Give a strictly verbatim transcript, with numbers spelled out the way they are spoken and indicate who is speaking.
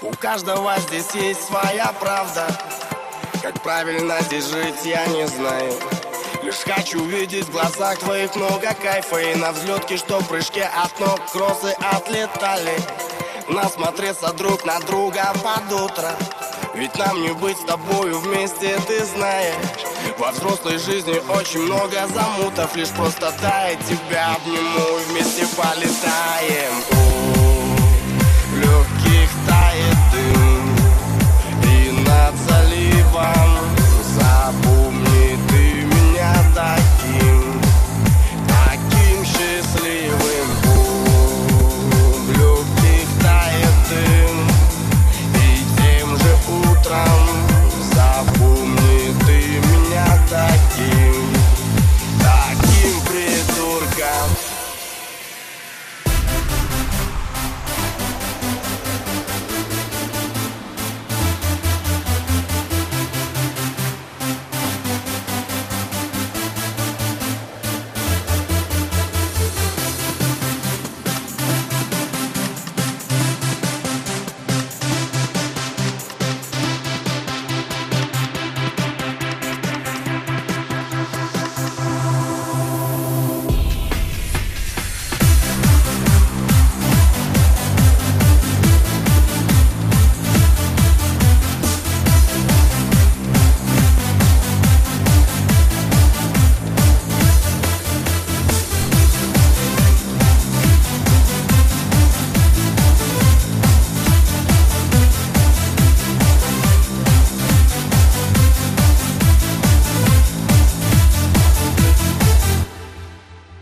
Speaker 1: У каждого здесь есть своя правда. Как правильно здесь жить, я не знаю. Лишь хочу видеть в глазах твоих много кайфа. И на взлетке, что в прыжке от ног кроссы отлетали. Насмотреться друг на друга под утро. Ведь нам не быть с тобою вместе, ты знаешь. Во взрослой жизни очень много замутов. Лишь просто дай тебя обниму и вместе полетаем.